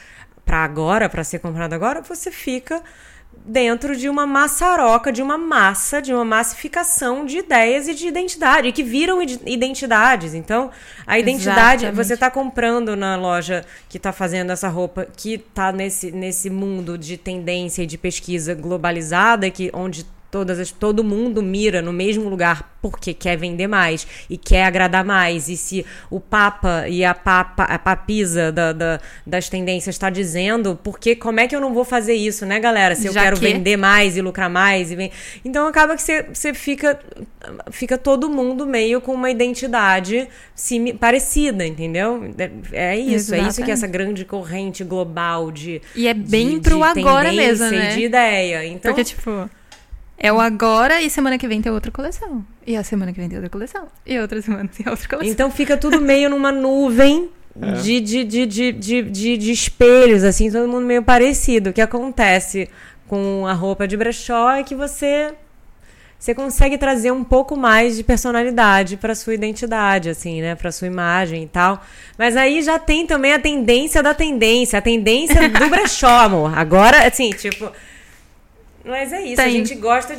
para agora, para ser comprado agora, você fica dentro de uma maçaroca, de uma massificação de ideias e de identidade, que viram identidades. Então, a identidade, exatamente. Você está comprando na loja que está fazendo essa roupa, que está nesse mundo de tendência e de pesquisa globalizada, onde todo mundo mira no mesmo lugar porque quer vender mais e quer agradar mais. E se o Papa e a papisa das tendências está dizendo, como é que eu não vou fazer isso, né, galera? Se eu quero vender mais e lucrar mais. Então acaba que você fica todo mundo meio com uma identidade parecida, entendeu? É isso. Exatamente. É isso que é essa grande corrente global de E é bem pro agora mesmo, né? E de ideia. Então, porque, tipo... É o agora e semana que vem tem outra coleção. E a semana que vem tem outra coleção. E outra semana tem outra coleção. Então fica tudo meio numa nuvem de espelhos, assim, todo mundo meio parecido. O que acontece com a roupa de brechó é que você consegue trazer um pouco mais de personalidade para sua identidade, assim, né? Para sua imagem e tal. Mas aí já tem também a tendência da tendência. A tendência do brechó, amor. Agora, assim, tipo... Mas é isso, a gente gosta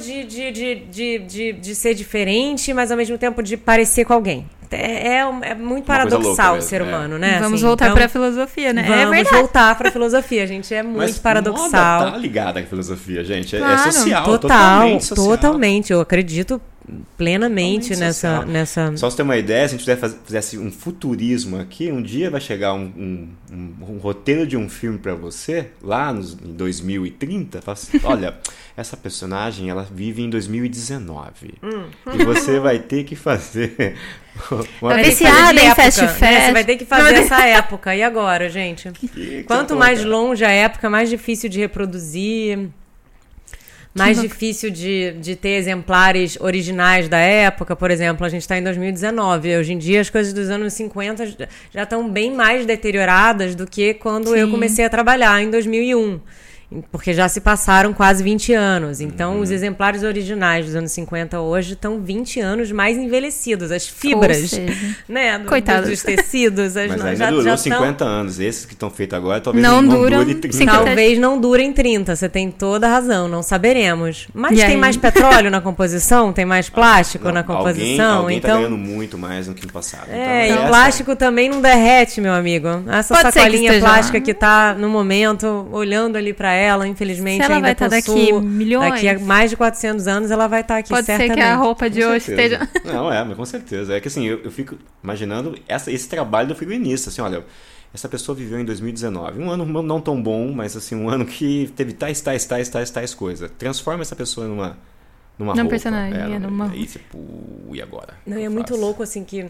de ser diferente, mas ao mesmo tempo de parecer com alguém. É muito paradoxal o ser humano, né? Vamos voltar pra filosofia, né? Vamos voltar pra filosofia, gente. É muito mas paradoxal. Moda tá ligada à filosofia, gente. Claro, é social, totalmente social. Totalmente. Eu acredito plenamente nessa... Só pra você ter uma ideia, se a gente fizesse um futurismo aqui, um dia vai chegar um roteiro de um filme pra você, lá em 2030, fala assim, olha, essa personagem, ela vive em 2019. E você vai ter que fazer... Viciada em Fast Fashion. Você vai ter que fazer essa época. E agora, gente? Quanto mais longe a época, mais difícil de reproduzir... Mais difícil de ter exemplares originais da época. Por exemplo, a gente está em 2019. Hoje em dia, as coisas dos anos 50 já estão bem mais deterioradas do que quando eu comecei a trabalhar em 2001. Porque já se passaram quase 20 anos. Então, os exemplares originais dos anos 50 hoje estão 20 anos mais envelhecidos. As fibras, né, dos tecidos. Mas ainda durou 50 anos. Esses que estão feitos agora talvez não durem 30. Talvez não durem 30. Você tem toda a razão. Não saberemos. Mas tem mais petróleo na composição? Tem mais plástico na composição? Alguém então tá ganhando muito mais do que no passado. E o plástico também não derrete, meu amigo. Essa sacolinha plástica que tá no momento, olhando ali pra ela, infelizmente, ela ainda vai estar daqui milhões. Daqui a mais de 400 anos ela vai estar aqui, certamente. Pode ser que a roupa de hoje esteja... Não, mas com certeza. É que assim, eu fico imaginando esse trabalho do figurinista. Assim, olha, essa pessoa viveu em 2019. Um ano não tão bom, mas assim, um ano que teve tais coisas. Transforma essa pessoa numa roupa. Personagem, numa... Aí, tipo, e agora? Não, é muito louco, assim, que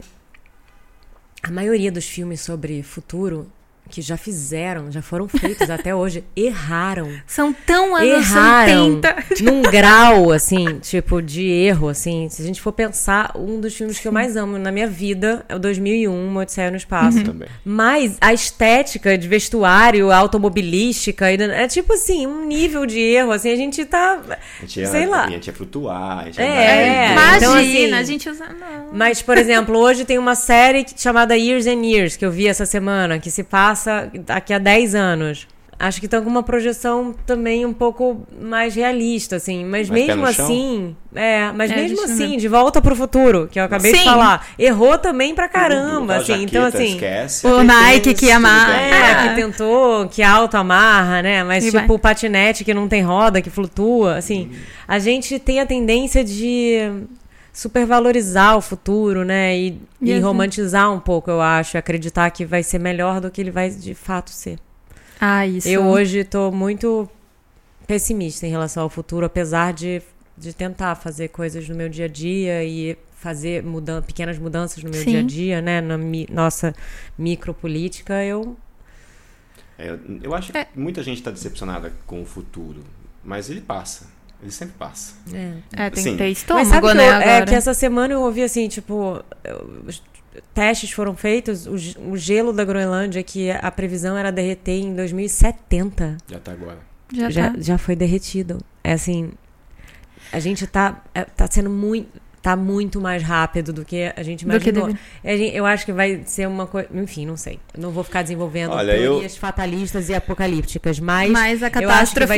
a maioria dos filmes sobre futuro... que já foram feitos até hoje, erraram. São tão anos 70. Num grau, assim, tipo, de erro, assim. Se a gente for pensar, um dos filmes que eu mais amo na minha vida é o 2001, Uma Odisseia no Espaço. Também. Mas a estética de vestuário, a automobilística, é tipo assim, um nível de erro, assim, a gente tá... sei lá. A gente ia flutuar, a gente imagina, então, assim, a gente usa... Não. Mas, por exemplo, hoje tem uma série chamada Years and Years, que eu vi essa semana, que se passa daqui a 10 anos. Acho que estão com uma projeção também um pouco mais realista, assim. Mas mesmo assim... mesmo assim, De Volta pro Futuro, que eu acabei de falar. Errou também pra caramba, assim. Então, assim... Esquece, o Nike que amarra. Que tentou, que auto-amarra, né? Mas, o patinete que não tem roda, que flutua, assim. A gente tem a tendência de... supervalorizar o futuro, né? E romantizar um pouco, eu acho. Acreditar que vai ser melhor do que ele vai de fato ser. Isso. Eu hoje tô muito pessimista em relação ao futuro, apesar de tentar fazer coisas no meu dia a dia e fazer pequenas mudanças no meu dia a dia, né? Na nossa micropolítica, eu acho que muita gente está decepcionada com o futuro, mas ele passa. Ele sempre passa. Tem que ter estômago, mas sabe né, agora? Que essa semana eu ouvi assim, tipo... testes foram feitos, o gelo da Groenlândia, que a previsão era derreter em 2070. Já tá agora. Já foi derretido. É assim... A gente tá sendo muito... tá muito mais rápido do que a gente imaginou. Eu acho que vai ser uma coisa... Enfim, não sei. Não vou ficar desenvolvendo teorias fatalistas e apocalípticas, mas a catástrofe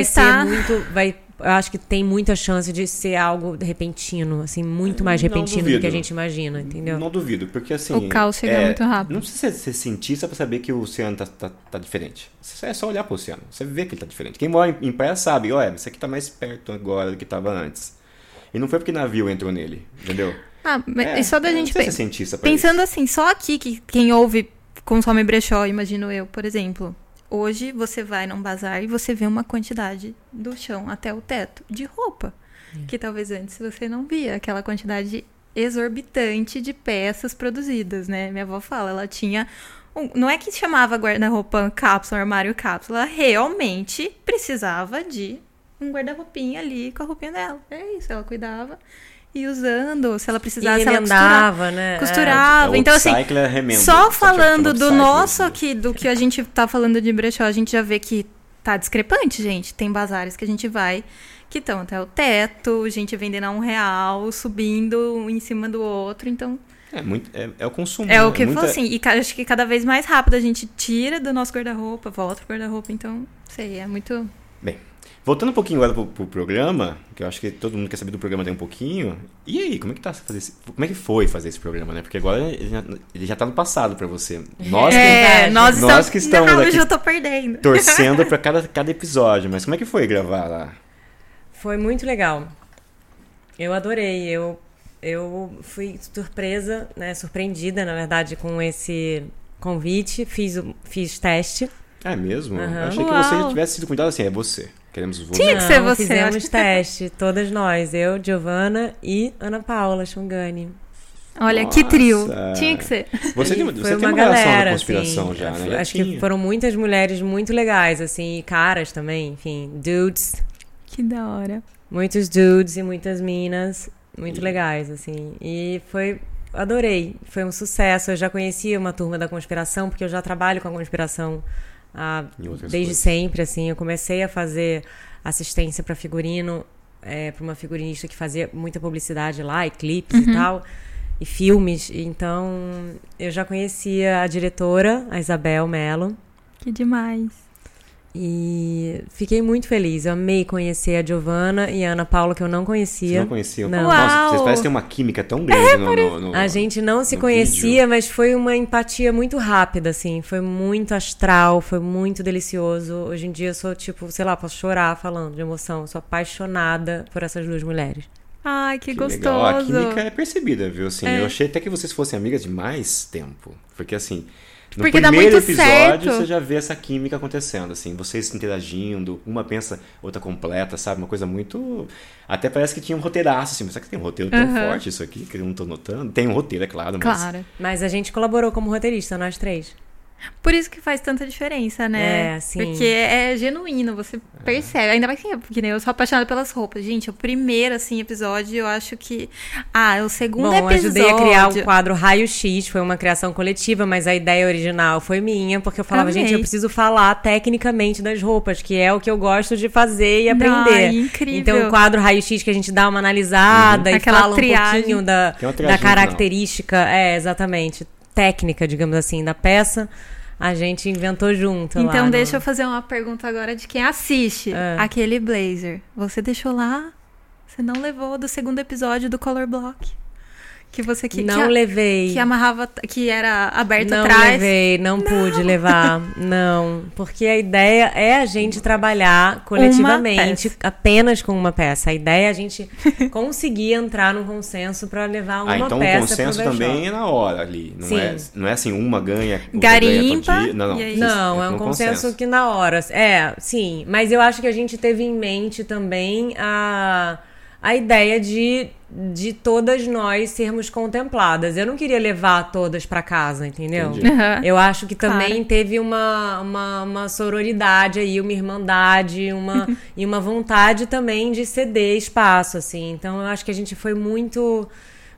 eu acho que tem muita chance de ser algo repentino, assim, muito mais repentino do que a gente imagina, entendeu? Não duvido, porque assim... O caos chega muito rápido. Não precisa ser cientista pra saber que o oceano tá diferente. É só olhar pro oceano, você vê que ele tá diferente. Quem mora em praia sabe, isso aqui tá mais perto agora do que tava antes. E não foi porque navio entrou nele, entendeu? E só da gente... Não ser cientista pra pensando isso. assim, só aqui que quem ouve consome brechó, imagino eu, por exemplo... Hoje você vai num bazar e você vê uma quantidade do chão até o teto de roupa. Que talvez antes você não via. Aquela quantidade exorbitante de peças produzidas, né? Minha avó fala, ela tinha... não é que chamava guarda-roupa cápsula, armário cápsula. Ela realmente precisava de um guarda-roupinha ali com a roupinha dela. É isso, ela cuidava. E usando, se ela precisasse, ela costurava, né? Costurava. Então, assim, só falando do nosso aqui, do que a gente tá falando de brechó, a gente já vê que tá discrepante, gente. Tem bazares que a gente vai, que estão até o teto, gente vendendo a R$1, subindo um em cima do outro, então... É o consumo. É o que falou assim, e acho que cada vez mais rápido a gente tira do nosso guarda-roupa, volta pro guarda-roupa, então, sei, é muito... Bem... Voltando um pouquinho agora pro programa, que eu acho que todo mundo quer saber do programa tem um pouquinho. E aí, como é que foi fazer esse programa, né? Porque agora ele já tá no passado pra você. Nós que estamos aqui eu tô perdendo. Torcendo pra cada episódio. Mas como é que foi gravar lá? Foi muito legal. Eu adorei. Eu fui surpreendida, na verdade, com esse convite. Fiz teste. É mesmo? Uhum. Eu achei que você já tivesse sido cuidado assim, é você. Queremos você. Tinha que ser você. Fizemos teste, todas nós. Eu, Giovana e Ana Paula Schungani. Olha, que trio. Tinha que ser. Você tem uma relação da conspiração assim, já, né? Acho que foram muitas mulheres muito legais, assim, e caras também, enfim, dudes. Que da hora. Muitos dudes e muitas minas muito legais, assim. E adorei. Foi um sucesso. Eu já conhecia uma turma da conspiração, porque eu já trabalho com a conspiração desde sempre, assim. Eu comecei a fazer assistência para figurino, para uma figurinista que fazia muita publicidade lá, e clipes e tal, e filmes. Então, eu já conhecia a diretora, a Isabel Mello. Que demais. E fiquei muito feliz. Eu amei conhecer a Giovana e a Ana Paula, que eu não conhecia. Você não conhecia? Não. Nossa, vocês parecem ter uma química tão grande no A gente não se conhecia, mas foi uma empatia muito rápida, assim. Foi muito astral, foi muito delicioso. Hoje em dia eu sou, posso chorar falando de emoção. Eu sou apaixonada por essas duas mulheres. Ai, que gostoso. Legal. A química é percebida, viu? Assim, eu achei até que vocês fossem amigas de mais tempo. Porque, assim... No porque primeiro dá muito episódio, certo. você já vê essa química acontecendo, assim, vocês interagindo, uma pensa, outra completa, sabe? Uma coisa muito... Até parece que tinha um roteiraço, assim, mas será que tem um roteiro tão forte isso aqui, que eu não tô notando? Tem um roteiro, é claro, mas... Claro. Mas a gente colaborou como roteirista, nós três. Por isso que faz tanta diferença, né? Sim. Porque é genuíno, você percebe. Ainda mais que nem eu sou apaixonada pelas roupas. Gente, o primeiro, assim, episódio, eu acho que... o segundo episódio... eu ajudei a criar o quadro Raio X, foi uma criação coletiva, mas a ideia original foi minha, porque eu falava, gente, eu preciso falar tecnicamente das roupas, que é o que eu gosto de fazer e aprender. Incrível. Então, o quadro Raio X, que a gente dá uma analisada e fala triagem. Um pouquinho da característica, exatamente, técnica, digamos assim, da peça, a gente inventou junto. Então, deixa eu fazer uma pergunta agora de quem assiste aquele blazer. Você deixou lá? Você não levou do segundo episódio do Color Block? Que você levei. Que amarrava, que era aberto não atrás. Não levei, não pude levar. Não, porque a ideia é a gente trabalhar coletivamente apenas com uma peça. A ideia é a gente conseguir entrar num consenso para levar uma então peça. Então o consenso também é na hora ali. Não é assim, uma ganha, garimpa. Ganha não, é um consenso que na hora. Sim. Mas eu acho que a gente teve em mente também a ideia de todas nós sermos contempladas. Eu não queria levar todas para casa, entendeu? Eu acho que também teve uma sororidade aí, uma irmandade, e uma vontade também de ceder espaço, assim. Então, eu acho que a gente foi muito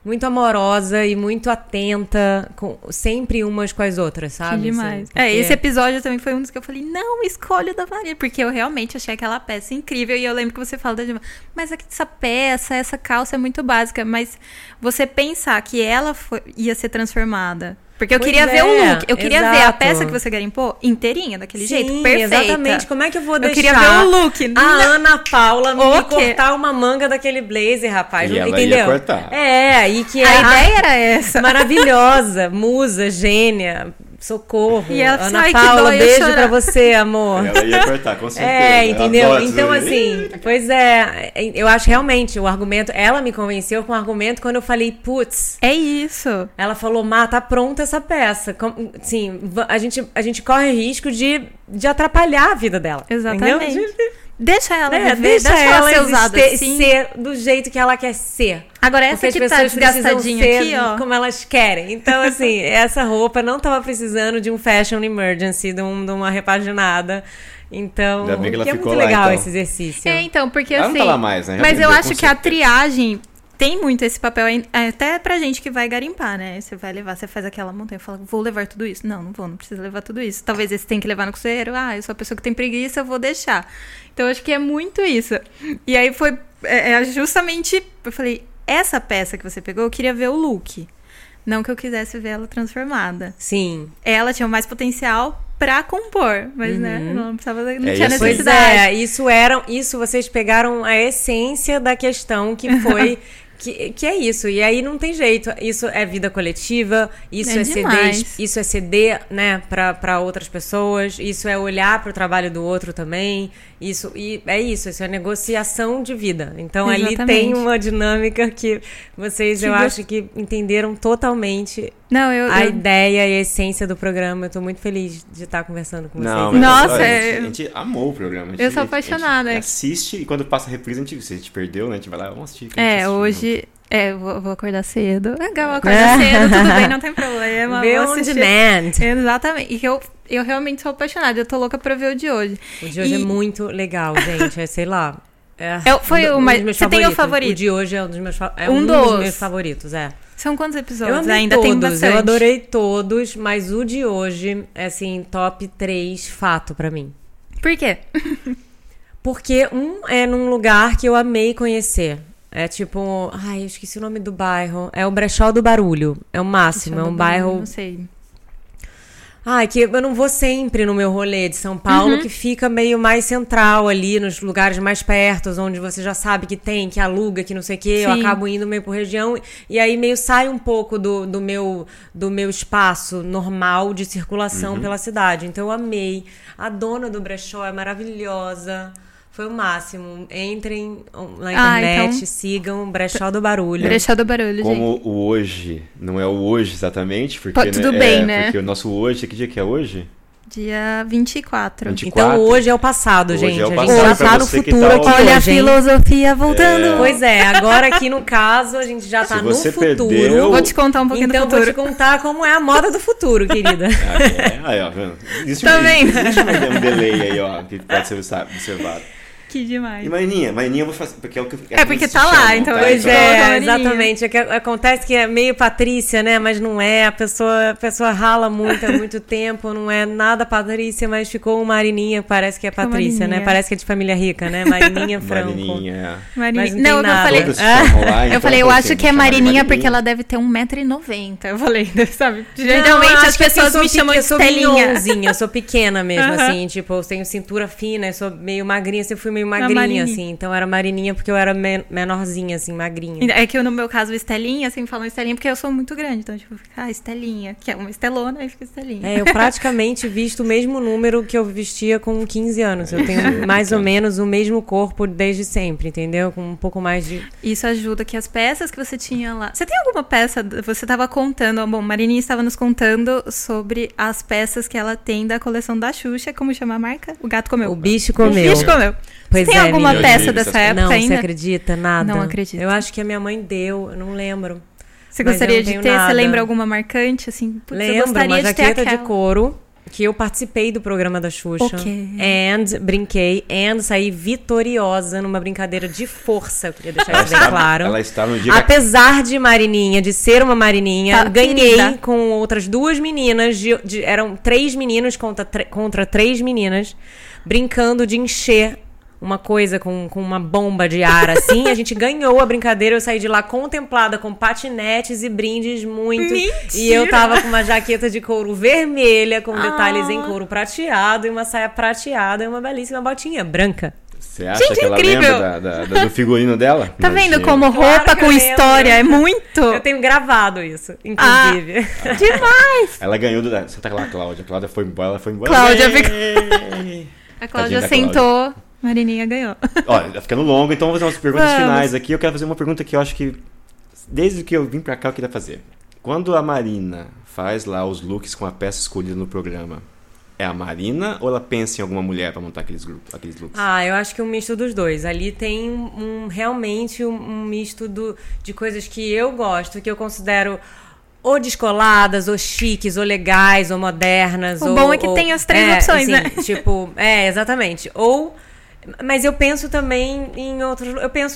muito amorosa e muito atenta, sempre umas com as outras, sabe? Que demais. Assim, porque... esse episódio também foi um dos que eu falei, não, escolha da Marina, porque eu realmente achei aquela peça incrível, e eu lembro que você fala mas essa peça, essa calça é muito básica, mas você pensar que ela ia ser transformada... Porque eu queria ver o look, eu queria ver a peça que você garimpou inteirinha, daquele jeito, perfeita. Exatamente, como é que eu vou deixar queria ver o look. A Ana Paula me cortar uma manga daquele blazer, rapaz, e ela entendeu? Ia cortar. E que a ideia era essa. Maravilhosa, musa, gênia, socorro. E ela, Ana Paula, beijo pra você, amor. Ela ia cortar, com certeza. Entendeu? Então, assim, pois é, eu acho realmente o argumento, ela me convenceu com o argumento quando eu falei, putz. É isso. Ela falou, tá pronta essa peça. Sim, a gente corre risco de atrapalhar a vida dela. Exatamente. Entendeu? Deixa ela viver, deixa ela ser usada assim. Ser do jeito que ela quer ser. Agora essa que tá desgastadinha aqui, ó. Como elas querem. Então, assim, essa roupa não tava precisando de um fashion emergency, de uma repaginada. Então, ainda bem que ela é ficou muito lá, legal então. esse exercício. Então, porque ela assim... não tá lá mais, né? Mas eu acho que a triagem... Tem muito esse papel, até pra gente que vai garimpar, né? Você vai levar, você faz aquela montanha e fala, vou levar tudo isso. Não vou, não precisa levar tudo isso. Talvez esse tem que levar no costureiro. Eu sou a pessoa que tem preguiça, eu vou deixar. Então, eu acho que é muito isso. E aí foi justamente, eu falei, essa peça que você pegou, eu queria ver o look. Não que eu quisesse ver ela transformada. Sim. Ela tinha mais potencial pra compor, mas né, não precisava, não tinha necessidade. Pois isso vocês pegaram a essência da questão que foi que é isso. E aí não tem jeito. Isso é vida coletiva, isso é ceder, né, para outras pessoas, isso é olhar para o trabalho do outro também. Isso é negociação de vida. Então, exatamente. Ali tem uma dinâmica que vocês, eu acho que entenderam totalmente a ideia e a essência do programa. Eu tô muito feliz de estar conversando com vocês. Nossa, a gente amou o programa. Eu sou apaixonada. A gente assiste e quando passa a reprise, se a gente perdeu, né, a gente vai lá, vamos assistir. Hoje... vou acordar cedo. Legal, acordar cedo, tudo bem, não tem problema. Ver on demand. Exatamente. E eu realmente sou apaixonada. Eu tô louca pra ver o de hoje. O de hoje é muito legal, gente. Sei lá. Você tem o favorito? O de hoje é um dos meus favoritos. Um dos meus favoritos, São quantos episódios? Eu amei ainda todos, tem bastante. Eu adorei todos, mas o de hoje é, assim, top 3 fato pra mim. Por quê? Porque é num lugar que eu amei conhecer. É tipo... eu esqueci o nome do bairro. É o Brechó do Barulho. É o máximo. É um bairro... Não sei. Que eu não vou sempre no meu rolê de São Paulo, que fica meio mais central ali, nos lugares mais perto, onde você já sabe que tem, que aluga, que não sei o quê. Sim. Eu acabo indo meio por região. E aí meio sai um pouco do meu espaço normal de circulação pela cidade. Então eu amei. A dona do brechó é maravilhosa. Foi o máximo. Entrem na internet, então... sigam Brechó do Barulho. Brechó do Barulho, como gente. O hoje, não é o hoje exatamente, porque tudo bem, né? Porque o nosso hoje, que dia que é hoje? Dia 24. Então hoje é o passado, hoje gente. É o passado, a gente já tá no futuro aqui. Olha a filosofia voltando. Pois agora aqui no caso, a gente já tá no futuro. Perdeu... Vou te contar um pouquinho do futuro. Então vou te contar como é a moda do futuro, querida. Aí, ó. Existe um delay aí, ó, que pode ser observado. Que demais. E Marininha eu vou fazer. Porque porque tá lá, então. Pois exatamente. Acontece que é meio Patrícia, né? Mas não é. A pessoa rala muito há muito tempo. Não é nada Patrícia, mas ficou uma Marininha. Parece que é Patrícia, né? Parece que é de família rica, né? Marininha Franco. Marininha. Mas não, eu falei, eu acho que é Marininha porque ela deve ter 1,90 m. Eu falei, sabe? Geralmente as pessoas me chamam de Estelinha. Eu sou pequena mesmo, assim. Tipo, eu tenho cintura fina, eu sou meio magrinha. Sempre fui meio magrinha, assim. Então era Marininha porque eu era menorzinha, assim, magrinha. É que no meu caso, Estelinha, assim, falam Estelinha porque eu sou muito grande. Então, tipo, fica Estelinha, que é uma estelona, aí fica Estelinha. Eu praticamente visto o mesmo número que eu vestia com 15 anos. Eu tenho mais ou menos o mesmo corpo desde sempre, entendeu? Com um pouco mais de... Isso ajuda que as peças que você tinha lá... Você tem alguma peça... Você estava contando... Bom, Marininha estava nos contando sobre as peças que ela tem da coleção da Xuxa. Como chama a marca? O gato comeu. O bicho comeu. O bicho comeu. Pois tem alguma peça dessa época não, ainda? Não, você acredita? Nada. Não acredito. Eu acho que a minha mãe deu, eu não lembro. Você gostaria de ter? Nada. Você lembra alguma marcante? Assim, lembro, uma jaqueta de couro. que eu participei do programa da Xuxa. Ok. Brinquei, saí vitoriosa numa brincadeira de força. Eu queria deixar isso bem claro. Ela está no dia... Apesar de Marininha, de ser uma Marininha, ganhei querida. com outras 2 meninas, eram 3 meninos contra 3 meninas, brincando de encher uma coisa com uma bomba de ar, assim. A gente ganhou a brincadeira, eu saí de lá contemplada com patinetes e brindes muito. Mentira! E eu tava com uma jaqueta de couro vermelha, com detalhes em couro prateado, e uma saia prateada e uma belíssima botinha branca. Você acha que ela lembra do figurino dela? Tá vendo como roupa com história é muito? Eu tenho gravado isso, inclusive. Demais! Ela ganhou do... Você tá lá, a Cláudia. A Cláudia foi embora, ela foi embora. Cláudia ficou... A Cláudia sentou, Marininha ganhou. Olha, tá ficando longo, então vou fazer umas perguntas finais aqui. Eu quero fazer uma pergunta que eu acho que, desde que eu vim pra cá, eu queria fazer. Quando a Marina faz lá os looks com a peça escolhida no programa, é a Marina ou ela pensa em alguma mulher pra montar aqueles looks? Eu acho que é um misto dos dois. Ali tem realmente um misto de coisas que eu gosto, que eu considero ou descoladas, ou chiques, ou legais, ou modernas. O bom é que tem as 3 opções, assim, né? Tipo, exatamente. Mas eu penso também em outros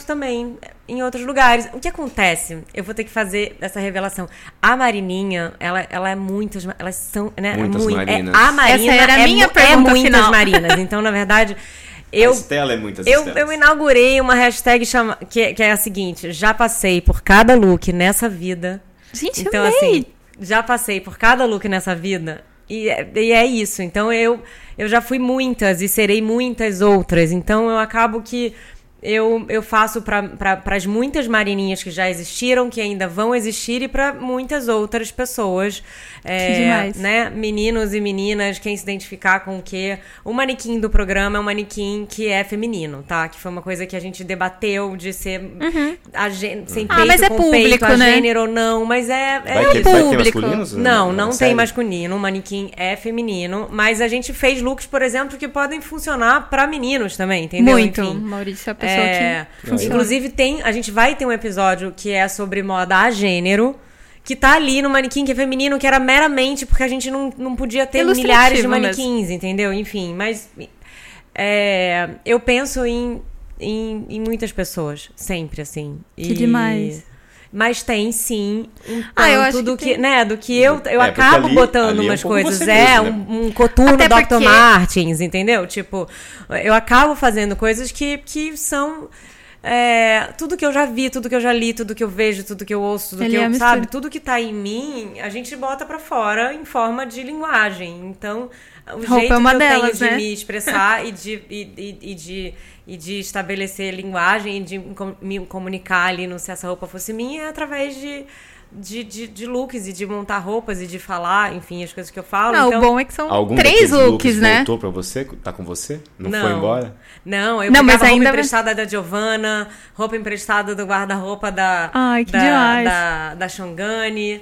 lugares. O que acontece? Eu vou ter que fazer essa revelação. A Marininha, ela é muitas, elas são, né? Muitas Marinas. A Marina essa era a minha pergunta muitas final. Marinas. Então, na verdade, A Estela é muitas Estelas. eu inaugurei uma hashtag que é a seguinte: já passei por cada look nessa vida. Gente, então, amei. assim, já passei por cada look nessa vida. E é isso. Então, eu já fui muitas e serei muitas outras. Então, eu acabo que eu faço para as muitas Marininhas que já existiram, que ainda vão existir, e para muitas outras pessoas. Que demais. Né? Meninos e meninas, quem se identificar com o quê. O manequim do programa é um manequim que é feminino, tá? Que foi uma coisa que a gente debateu de ser sem peito, mas é com público, peito, a né? gênero ou não. Mas é Vai ter público. masculinos? não tem Sério? masculino, o manequim é feminino, mas a gente fez looks, por exemplo, que podem funcionar pra meninos também, entendeu? Muito. Enfim, Maurício é a pessoa que funciona. inclusive a gente vai ter um episódio que é sobre moda a gênero, que tá ali no manequim que é feminino, que era meramente porque a gente não podia ter milhares de manequins, entendeu? Enfim, mas eu penso em muitas pessoas, sempre, assim. Que demais. Mas tem, sim, um eu acho tanto do que que, né, do que eu acabo ali botando é umas um pouco coisas. você mesmo, né? Um coturno Até Dr. porque- Martens, entendeu? Tipo, eu acabo fazendo coisas que são tudo que eu já vi, tudo que eu já li, tudo que eu vejo, tudo que eu ouço, tudo Ele que é a eu, mistura. sabe? Tudo que tá em mim, a gente bota pra fora em forma de linguagem. Então, o Roupa jeito é uma que eu delas, tenho de né? me expressar e de estabelecer linguagem e de me comunicar ali, não se essa roupa fosse minha, é através de looks e de montar roupas e de falar, enfim, as coisas que eu falo. Não, então, o bom é que são Algum 3 daqueles looks, né? voltou pra você? Tá com você? Não foi Não. embora? Não, eu Não, mas pegava roupa ainda- emprestada da Giovanna, roupa emprestada do guarda-roupa Ai, que demais. da Xongani,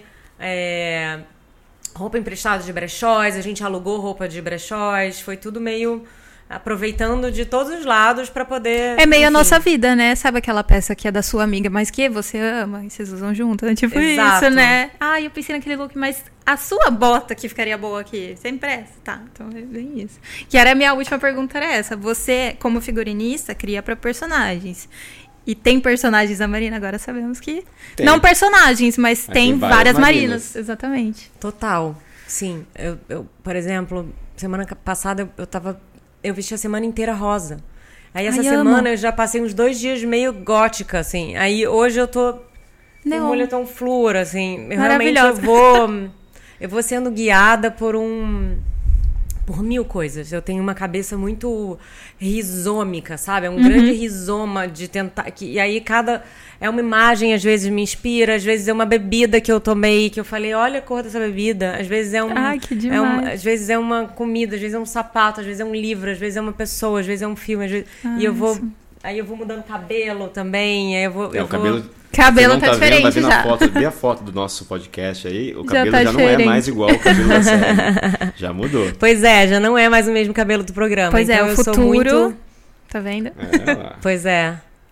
roupa emprestada de brechós, a gente alugou roupa de brechós, foi tudo meio aproveitando de todos os lados pra poder... É meio a enfim. nossa vida, né? Sabe aquela peça que é da sua amiga, mas que você ama e vocês usam junto? É tipo Exato. isso, né? Ah, eu pensei naquele look, mas a sua bota que ficaria boa aqui. Você empresta? Tá, então é bem isso. Que era a minha última pergunta, era essa. Você, como figurinista, cria pra personagens. E tem personagens da Marina, agora sabemos que... Tem. Não personagens, mas tem tem várias várias Marinas. Marinas. Exatamente. Total, sim. Eu, por exemplo, semana passada eu vesti a semana inteira rosa. Aí essa Ai, semana amo. eu já passei uns 2 dias meio gótica, assim. Aí hoje eu tô com Neon. um moletom flúor, assim. Realmente Maravilhosa. eu vou sendo guiada por mil coisas. Eu tenho uma cabeça muito rizômica, sabe? É um grande rizoma de tentar... E aí é uma imagem, às vezes me inspira, às vezes é uma bebida que eu tomei, que eu falei, olha a cor dessa bebida. Às vezes Ai, que demais. às vezes é uma comida, às vezes é um sapato, às vezes é um livro, às vezes é uma pessoa, às vezes é um filme, às vezes... E eu vou... isso. Aí eu vou mudando cabelo também, aí eu vou... O cabelo... Cabelo você não tá diferente vendo, já. Vê a foto do nosso podcast aí, o Já cabelo tá já não é diferente. mais igual ao cabelo da série. Já mudou. Pois é, já não é mais o mesmo cabelo do programa. Pois então é, o eu futuro... sou muito... Tá vendo? É, lá. Pois é.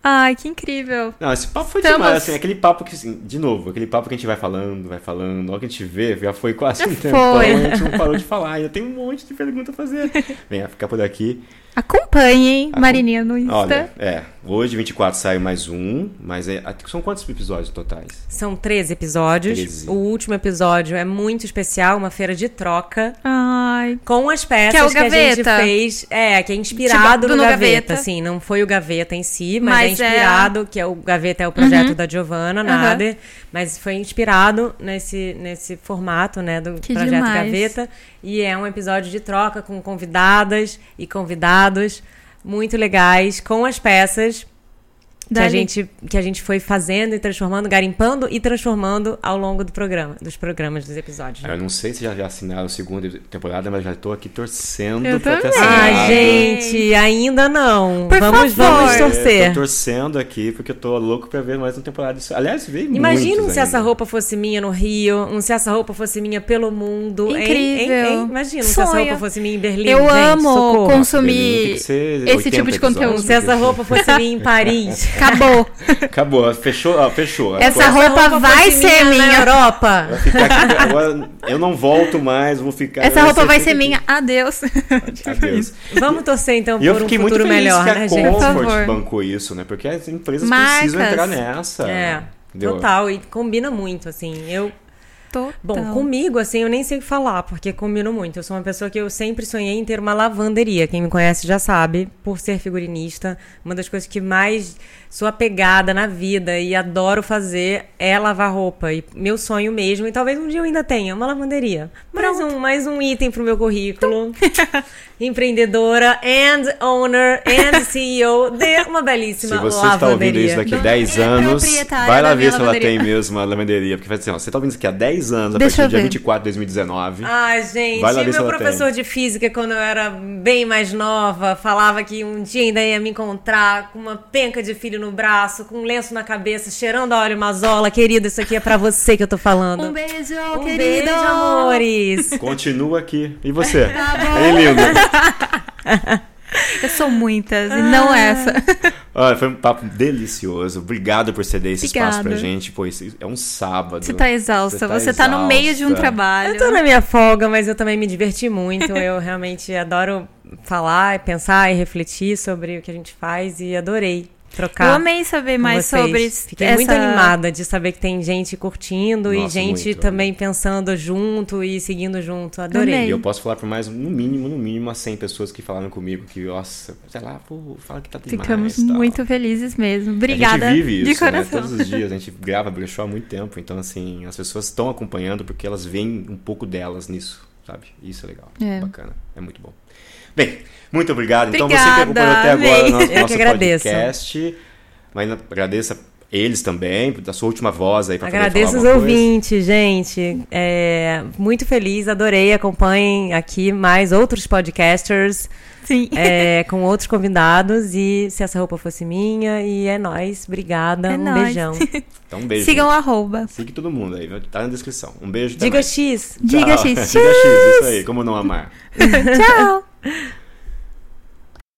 Ai, que incrível. Não, esse papo foi demais, assim, aquele papo que, assim, de novo, aquele papo que a gente vai falando, na hora que a gente vê, já foi quase um tempão, a gente não parou de falar, ainda tem um monte de pergunta a fazer. Venha ficar por aqui. Acompanhem Marininha no Insta. Olha, hoje, 24, sai mais um, mas são quantos episódios totais? São 13 episódios. 13. O último episódio é muito especial, uma feira de troca. Ai. Com as peças que a gente fez. Que é inspirado no Gaveta. Assim, não foi o Gaveta em si, mas é inspirado, que é o Gaveta é o projeto da Giovanna Nader, mas foi inspirado nesse formato, né, do projeto Gaveta. E é um episódio de troca com convidadas e convidados muito legais, com as peças que a gente foi fazendo e transformando, garimpando e transformando ao longo dos programas, dos episódios. Né? Eu não sei se já assinaram a segunda temporada, mas já estou aqui torcendo eu pra também. ter assinado. Ai, gente, ainda não. Vamos torcer. Eu tô torcendo aqui, porque eu tô louco pra ver mais uma temporada. Aliás, veio muito. Imagina se essa roupa fosse minha no Rio, se essa roupa fosse minha pelo mundo. Incrível. Hein? Imagina se essa roupa fosse minha em Berlim. Eu amo socorro. consumir esse tipo de conteúdo. Se essa roupa fosse minha em Paris. Acabou. Fechou. Essa roupa vai ser minha na Europa. Vai ficar aqui, agora eu não volto mais, vou ficar. Essa roupa vai ser minha. Adeus. Vamos torcer então por um futuro melhor, né, gente? Eu fiquei muito feliz que a Comfort bancou isso, né? Porque as empresas precisam entrar nessa. Total. E combina muito, assim. Bom, comigo, assim, eu nem sei o que falar, porque combino muito. Eu sou uma pessoa que eu sempre sonhei em ter uma lavanderia. Quem me conhece já sabe, por ser figurinista. Uma das coisas que mais sou apegada na vida e adoro fazer é lavar roupa. E meu sonho mesmo, e talvez um dia eu ainda tenha, uma lavanderia. Mais um item pro meu currículo. Empreendedora and owner and CEO de uma belíssima lavanderia. Se você está ouvindo isso daqui a 10 anos, vai lá ver se ela tem mesmo uma lavanderia. Porque vai dizer, você está ouvindo isso aqui há 10 anos, a partir do dia 24 de 2019. Ai, gente, meu professor de física, quando eu era bem mais nova, falava que um dia ainda ia me encontrar com uma penca de filho no braço, com um lenço na cabeça, cheirando a óleo mazola. Querido, isso aqui é pra você que eu tô falando. Um beijo, querido. Beijo, amores. Continua aqui. E você? Tá bom. Hein, linda? Eu sou muitas, e não essa. Olha, foi um papo delicioso. Obrigado por ceder esse espaço pra gente. Pô, é um sábado. Você tá exausta. Você tá no meio de um trabalho. Eu tô na minha folga, mas eu também me diverti muito. Eu realmente adoro falar, pensar e refletir sobre o que a gente faz e adorei trocar. Eu amei saber mais sobre Fiquei muito animada de saber que tem gente curtindo. Nossa, e gente muito, também pensando junto e seguindo junto. Adorei. E eu posso falar por mais, no mínimo, umas 100 pessoas que falaram comigo que, nossa, sei lá, fala que tá demais. Ficamos muito felizes mesmo. Obrigada. A gente vive isso, de coração. Né? Todos os dias. A gente grava brechó há muito tempo. Então, assim, as pessoas estão acompanhando porque elas veem um pouco delas nisso, sabe? Isso é legal. Bacana. É muito bom. Bem, muito obrigado. Então, você que acompanhou até agora nosso podcast. Mas agradeça eles também, da sua última voz aí para poder falar Agradeço os ouvintes, gente. Muito feliz, adorei. Acompanhem aqui mais outros podcasters. Sim. Com outros convidados. E se essa roupa fosse minha. E é nóis. Obrigada. Beijão. Então, um beijo. Sigam @. Siga todo mundo aí. Tá na descrição. Um beijo. Diga X. Diga X. Diga X. Isso aí. Como não amar. Tchau.